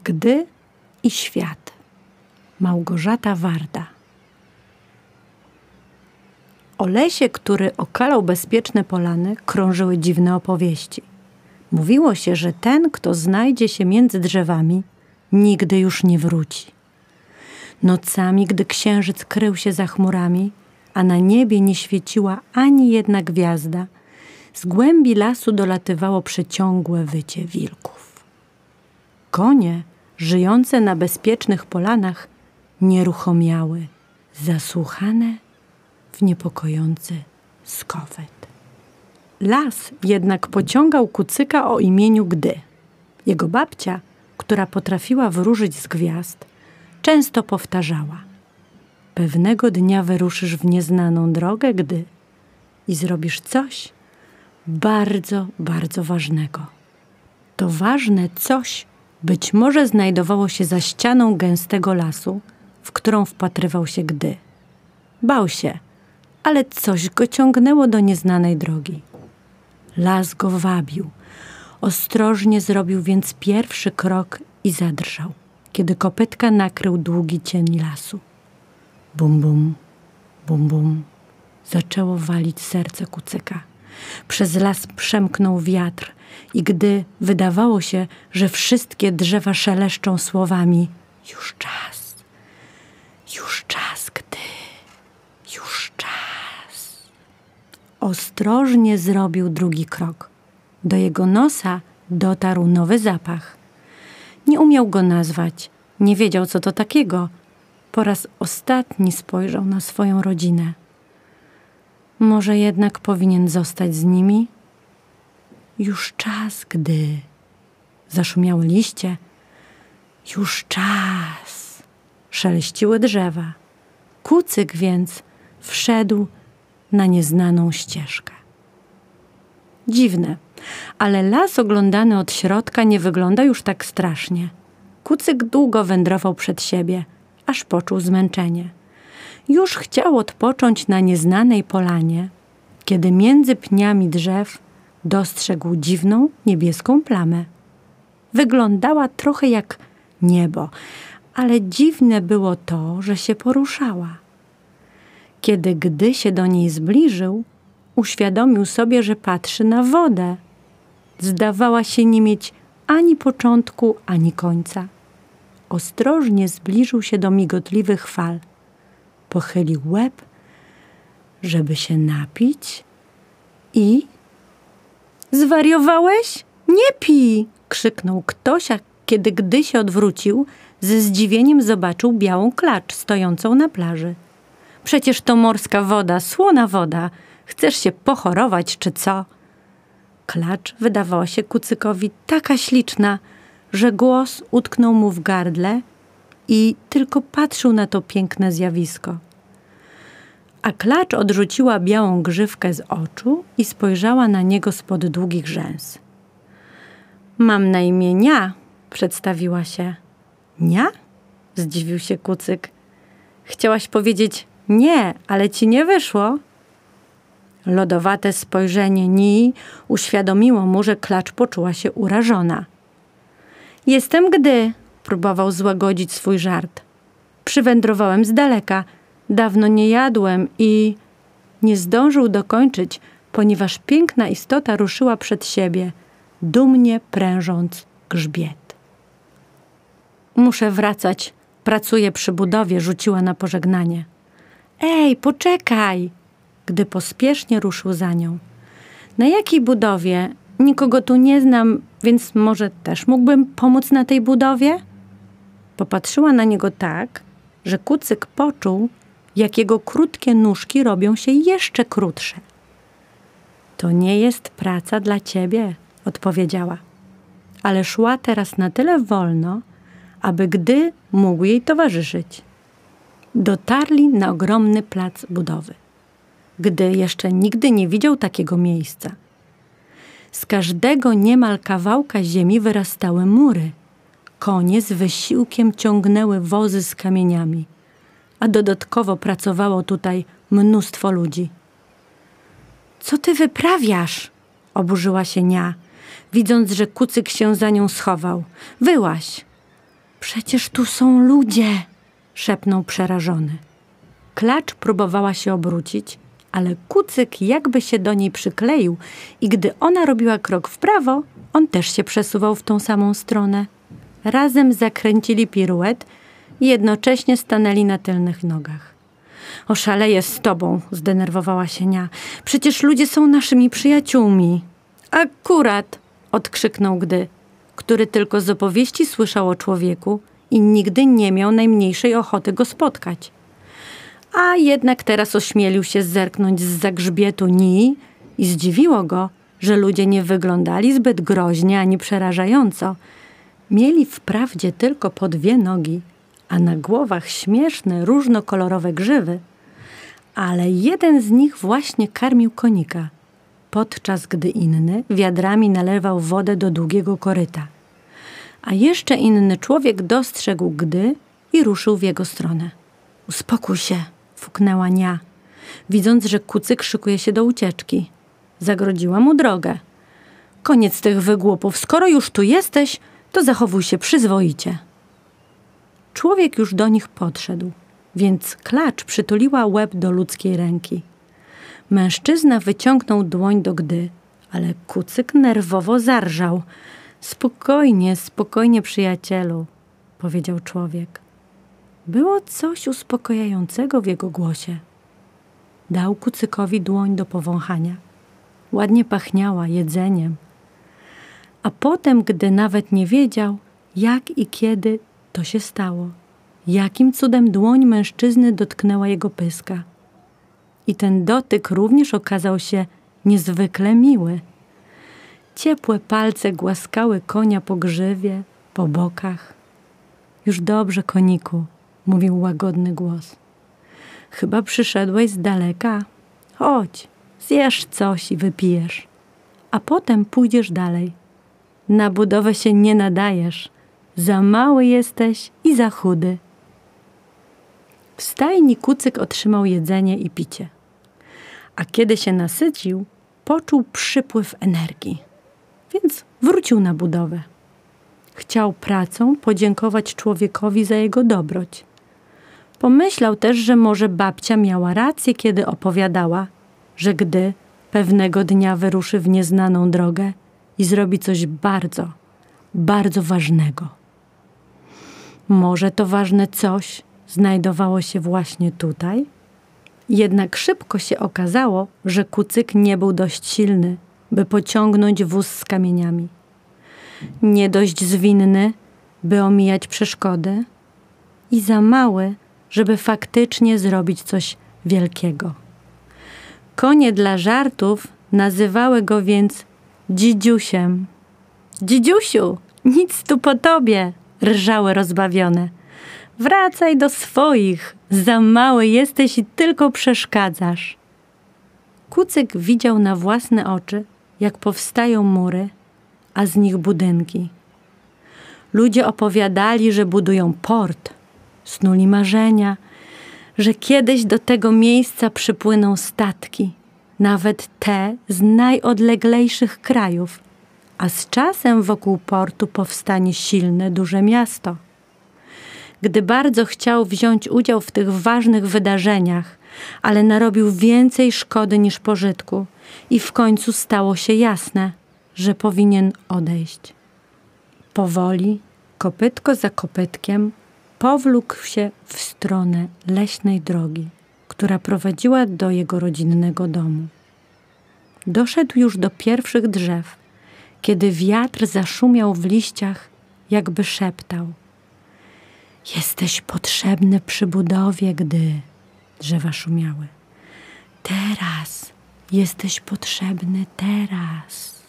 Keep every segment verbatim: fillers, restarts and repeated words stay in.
Gdy i świat. Małgorzata Warda. O lesie, który okalał bezpieczne polany, krążyły dziwne opowieści. Mówiło się, że ten, kto znajdzie się między drzewami, nigdy już nie wróci. Nocami, gdy księżyc krył się za chmurami, a na niebie nie świeciła ani jedna gwiazda, z głębi lasu dolatywało przeciągłe wycie wilków. Konie, żyjące na bezpiecznych polanach, nieruchomiały, zasłuchane w niepokojący skowet. Las jednak pociągał kucyka o imieniu Gdy. Jego babcia, która potrafiła wróżyć z gwiazd, często powtarzała: pewnego dnia wyruszysz w nieznaną drogę, Gdy, i zrobisz coś bardzo, bardzo ważnego. To ważne coś być może znajdowało się za ścianą gęstego lasu, w którą wpatrywał się Gdy. Bał się, ale coś go ciągnęło do nieznanej drogi. Las go wabił. Ostrożnie zrobił więc pierwszy krok i zadrżał, kiedy kopytka nakrył długi cień lasu. Bum, bum, bum, bum. Zaczęło walić serce kucyka. Przez las przemknął wiatr i gdy wydawało się, że wszystkie drzewa szeleszczą słowami: już czas, już czas, Gdy, już czas. Ostrożnie zrobił drugi krok. Do jego nosa dotarł nowy zapach. Nie umiał go nazwać, nie wiedział, co to takiego. Po raz ostatni spojrzał na swoją rodzinę. Może jednak powinien zostać z nimi? Już czas, Gdy. Zaszumiały liście. Już czas. Szeleściły drzewa. Kucyk więc wszedł na nieznaną ścieżkę. Dziwne, ale las oglądany od środka nie wygląda już tak strasznie. Kucyk długo wędrował przed siebie, aż poczuł zmęczenie. Już chciał odpocząć na nieznanej polanie, kiedy między pniami drzew dostrzegł dziwną niebieską plamę. Wyglądała trochę jak niebo, ale dziwne było to, że się poruszała. Kiedy Gdy się do niej zbliżył, uświadomił sobie, że patrzy na wodę. Zdawała się nie mieć ani początku, ani końca. Ostrożnie zbliżył się do migotliwych fal. Pochylił łeb, żeby się napić i... Zwariowałeś? Nie pij! Krzyknął ktoś, a kiedy Gdy się odwrócił, ze zdziwieniem zobaczył białą klacz stojącą na plaży. Przecież to morska woda, słona woda. Chcesz się pochorować, czy co? Klacz wydawała się kucykowi taka śliczna, że głos utknął mu w gardle i tylko patrzył na to piękne zjawisko. A klacz odrzuciła białą grzywkę z oczu i spojrzała na niego spod długich rzęs. Mam na imię Nia, przedstawiła się. Nia? Zdziwił się kucyk. Chciałaś powiedzieć nie, ale ci nie wyszło. Lodowate spojrzenie Nii uświadomiło mu, że klacz poczuła się urażona. Jestem Gdy, próbował złagodzić swój żart. Przywędrowałem z daleka, dawno nie jadłem i... Nie zdążył dokończyć, ponieważ piękna istota ruszyła przed siebie, dumnie prężąc grzbiet. Muszę wracać, pracuję przy budowie, rzuciła na pożegnanie. Ej, poczekaj! Gdy pospiesznie ruszył za nią. Na jakiej budowie? Nikogo tu nie znam, więc może też mógłbym pomóc na tej budowie? Popatrzyła na niego tak, że kucyk poczuł, jak jego krótkie nóżki robią się jeszcze krótsze. To nie jest praca dla ciebie, odpowiedziała. Ale szła teraz na tyle wolno, aby Gdy mógł jej towarzyszyć. Dotarli na ogromny plac budowy. Gdy jeszcze nigdy nie widział takiego miejsca. Z każdego niemal kawałka ziemi wyrastały mury. Konie z wysiłkiem ciągnęły wozy z kamieniami, a dodatkowo pracowało tutaj mnóstwo ludzi. Co ty wyprawiasz? Oburzyła się Nia, widząc, że kucyk się za nią schował. Wyłaź! Przecież tu są ludzie, szepnął przerażony. Klacz próbowała się obrócić, ale Kucyk jakby się do niej przykleił i gdy ona robiła krok w prawo, on też się przesuwał w tą samą stronę. Razem zakręcili piruet i jednocześnie stanęli na tylnych nogach. Oszaleję z tobą, zdenerwowała się Nia. Przecież ludzie są naszymi przyjaciółmi. Akurat, odkrzyknął Gdy, który tylko z opowieści słyszał o człowieku i nigdy nie miał najmniejszej ochoty go spotkać. A jednak teraz ośmielił się zerknąć zza grzbietu Nii i zdziwiło go, że ludzie nie wyglądali zbyt groźnie ani przerażająco. Mieli wprawdzie tylko po dwie nogi, a na głowach śmieszne, różnokolorowe grzywy, ale jeden z nich właśnie karmił konika, podczas gdy inny wiadrami nalewał wodę do długiego koryta. A jeszcze inny człowiek dostrzegł Gdy i ruszył w jego stronę. Uspokój się, fuknęła Nia, widząc, że Kucyk szykuje się do ucieczki. Zagrodziła mu drogę. Koniec tych wygłupów, skoro już tu jesteś, to zachowuj się przyzwoicie. Człowiek już do nich podszedł, więc Klacz przytuliła łeb do ludzkiej ręki. Mężczyzna wyciągnął dłoń do Gdy, ale Kucyk nerwowo zarżał. Spokojnie, spokojnie, przyjacielu, powiedział człowiek. Było coś uspokajającego w jego głosie. Dał Kucykowi dłoń do powąchania. Ładnie pachniała jedzeniem. A potem, gdy nawet nie wiedział, jak i kiedy to się stało, jakim cudem dłoń mężczyzny dotknęła jego pyska. I ten dotyk również okazał się niezwykle miły. Ciepłe palce głaskały konia po grzywie, po bokach. Już dobrze, koniku, mówił łagodny głos. Chyba przyszedłeś z daleka. Chodź, zjesz coś i wypijesz, a potem pójdziesz dalej. Na budowę się nie nadajesz. Za mały jesteś i za chudy. W stajni Kucyk otrzymał jedzenie i picie. A kiedy się nasycił, poczuł przypływ energii, więc wrócił na budowę. Chciał pracą podziękować człowiekowi za jego dobroć. Pomyślał też, że może babcia miała rację, kiedy opowiadała, że gdy pewnego dnia wyruszy w nieznaną drogę i zrobi coś bardzo, bardzo ważnego. Może to ważne coś znajdowało się właśnie tutaj? Jednak szybko się okazało, że Kucyk nie był dość silny, by pociągnąć wóz z kamieniami. Nie dość zwinny, by omijać przeszkody i za mały, żeby faktycznie zrobić coś wielkiego. Konie dla żartów nazywały go więc dzidziusiem. Dzidziusiu, nic tu po tobie, rżały rozbawione. Wracaj do swoich, za mały jesteś i tylko przeszkadzasz. Kucyk widział na własne oczy, jak powstają mury, a z nich budynki. Ludzie opowiadali, że budują port, snuli marzenia, że kiedyś do tego miejsca przypłyną statki, nawet te z najodleglejszych krajów, a z czasem wokół portu powstanie silne, duże miasto. Gdy bardzo chciał wziąć udział w tych ważnych wydarzeniach, ale narobił więcej szkody niż pożytku i w końcu stało się jasne, że powinien odejść. Powoli, kopytko za kopytkiem, powlókł się w stronę leśnej drogi, która prowadziła do jego rodzinnego domu. Doszedł już do pierwszych drzew, kiedy wiatr zaszumiał w liściach, jakby szeptał. Jesteś potrzebny przy budowie, gdy drzewa szumiały. Teraz jesteś potrzebny, teraz.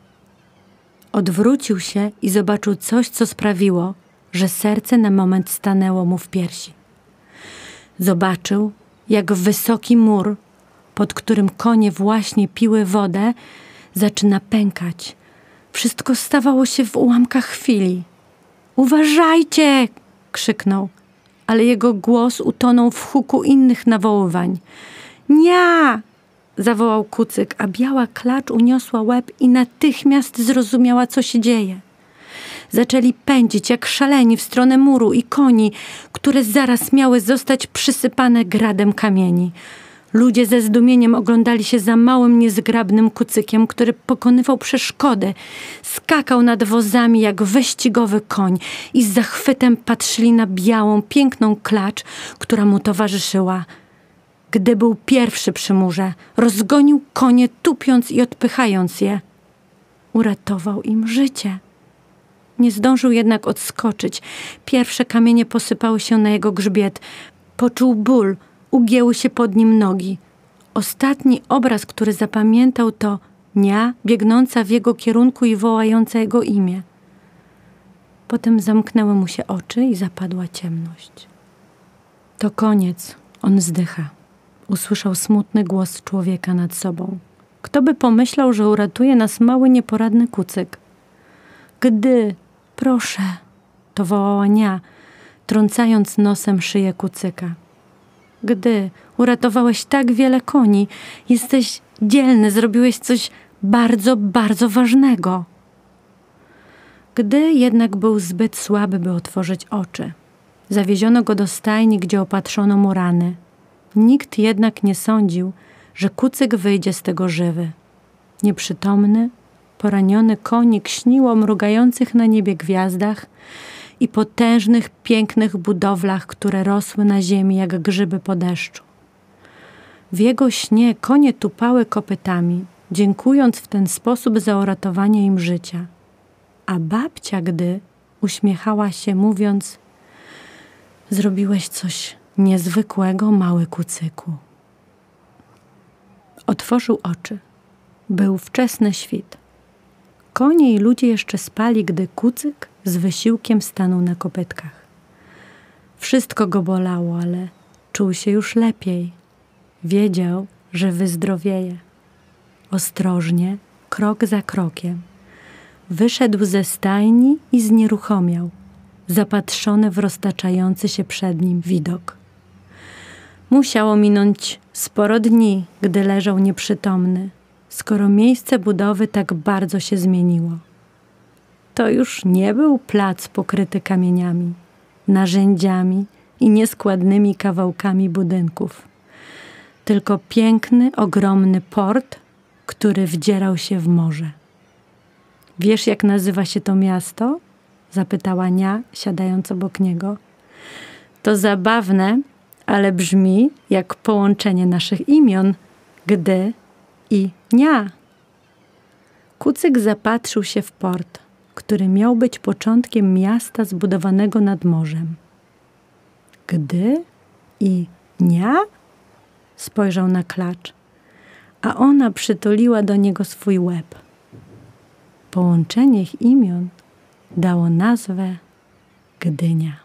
Odwrócił się i zobaczył coś, co sprawiło, że serce na moment stanęło mu w piersi. Zobaczył, jak wysoki mur, pod którym konie właśnie piły wodę, zaczyna pękać. Wszystko stawało się w ułamkach chwili. Uważajcie! Krzyknął, ale jego głos utonął w huku innych nawoływań. Nia! Zawołał Kucyk, a biała klacz uniosła łeb i natychmiast zrozumiała, co się dzieje. zaczęli pędzić jak szaleni w stronę muru i koni, które zaraz miały zostać przysypane gradem kamieni. Ludzie ze zdumieniem oglądali się za małym, niezgrabnym kucykiem, który pokonywał przeszkody. Skakał nad wozami jak wyścigowy koń i z zachwytem patrzyli na białą, piękną klacz, która mu towarzyszyła. Gdy był pierwszy przy murze, rozgonił konie, tupiąc i odpychając je. Uratował im życie. Nie zdążył jednak odskoczyć. Pierwsze kamienie posypały się na jego grzbiet. Poczuł ból, ugięły się pod nim nogi. Ostatni obraz, który zapamiętał, to Nia biegnąca w jego kierunku i wołająca jego imię. Potem zamknęły mu się oczy i zapadła ciemność. To koniec, on zdycha. Usłyszał smutny głos człowieka nad sobą. Kto by pomyślał, że uratuje nas mały, nieporadny kucyk? Gdy, proszę, to wołała Nia, trącając nosem szyję kucyka. Gdy uratowałeś tak wiele koni, jesteś dzielny, zrobiłeś coś bardzo, bardzo ważnego. Gdy jednak był zbyt słaby, by otworzyć oczy. Zawieziono go do stajni, gdzie opatrzono mu rany. Nikt jednak nie sądził, że kucyk wyjdzie z tego żywy. Nieprzytomny, poraniony konik śnił o mrugających na niebie gwiazdach i potężnych, pięknych budowlach, które rosły na ziemi jak grzyby po deszczu. W jego śnie konie tupały kopytami, dziękując w ten sposób za uratowanie im życia. A babcia, gdy uśmiechała się, mówiąc: zrobiłeś coś niezwykłego, mały kucyku. Otworzył oczy. Był wczesny świt. Konie i ludzie jeszcze spali, gdy kucyk z wysiłkiem stanął na kopytkach. Wszystko go bolało, ale czuł się już lepiej. Wiedział, że wyzdrowieje. Ostrożnie, krok za krokiem, wyszedł ze stajni i znieruchomiał, zapatrzony w roztaczający się przed nim widok. Musiało minąć sporo dni, gdy leżał nieprzytomny, skoro miejsce budowy tak bardzo się zmieniło. To już nie był plac pokryty kamieniami, narzędziami i nieskładnymi kawałkami budynków, tylko piękny, ogromny port, który wdzierał się w morze. Wiesz, jak nazywa się to miasto? Zapytała Nia, siadając obok niego. To zabawne, ale brzmi jak połączenie naszych imion, Gdy i Nia. Kucyk zapatrzył się w port, który miał być początkiem miasta zbudowanego nad morzem. Gdy i Nia? Spojrzał na klacz, a ona przytuliła do niego swój łeb. Połączenie ich imion dało nazwę Gdynia.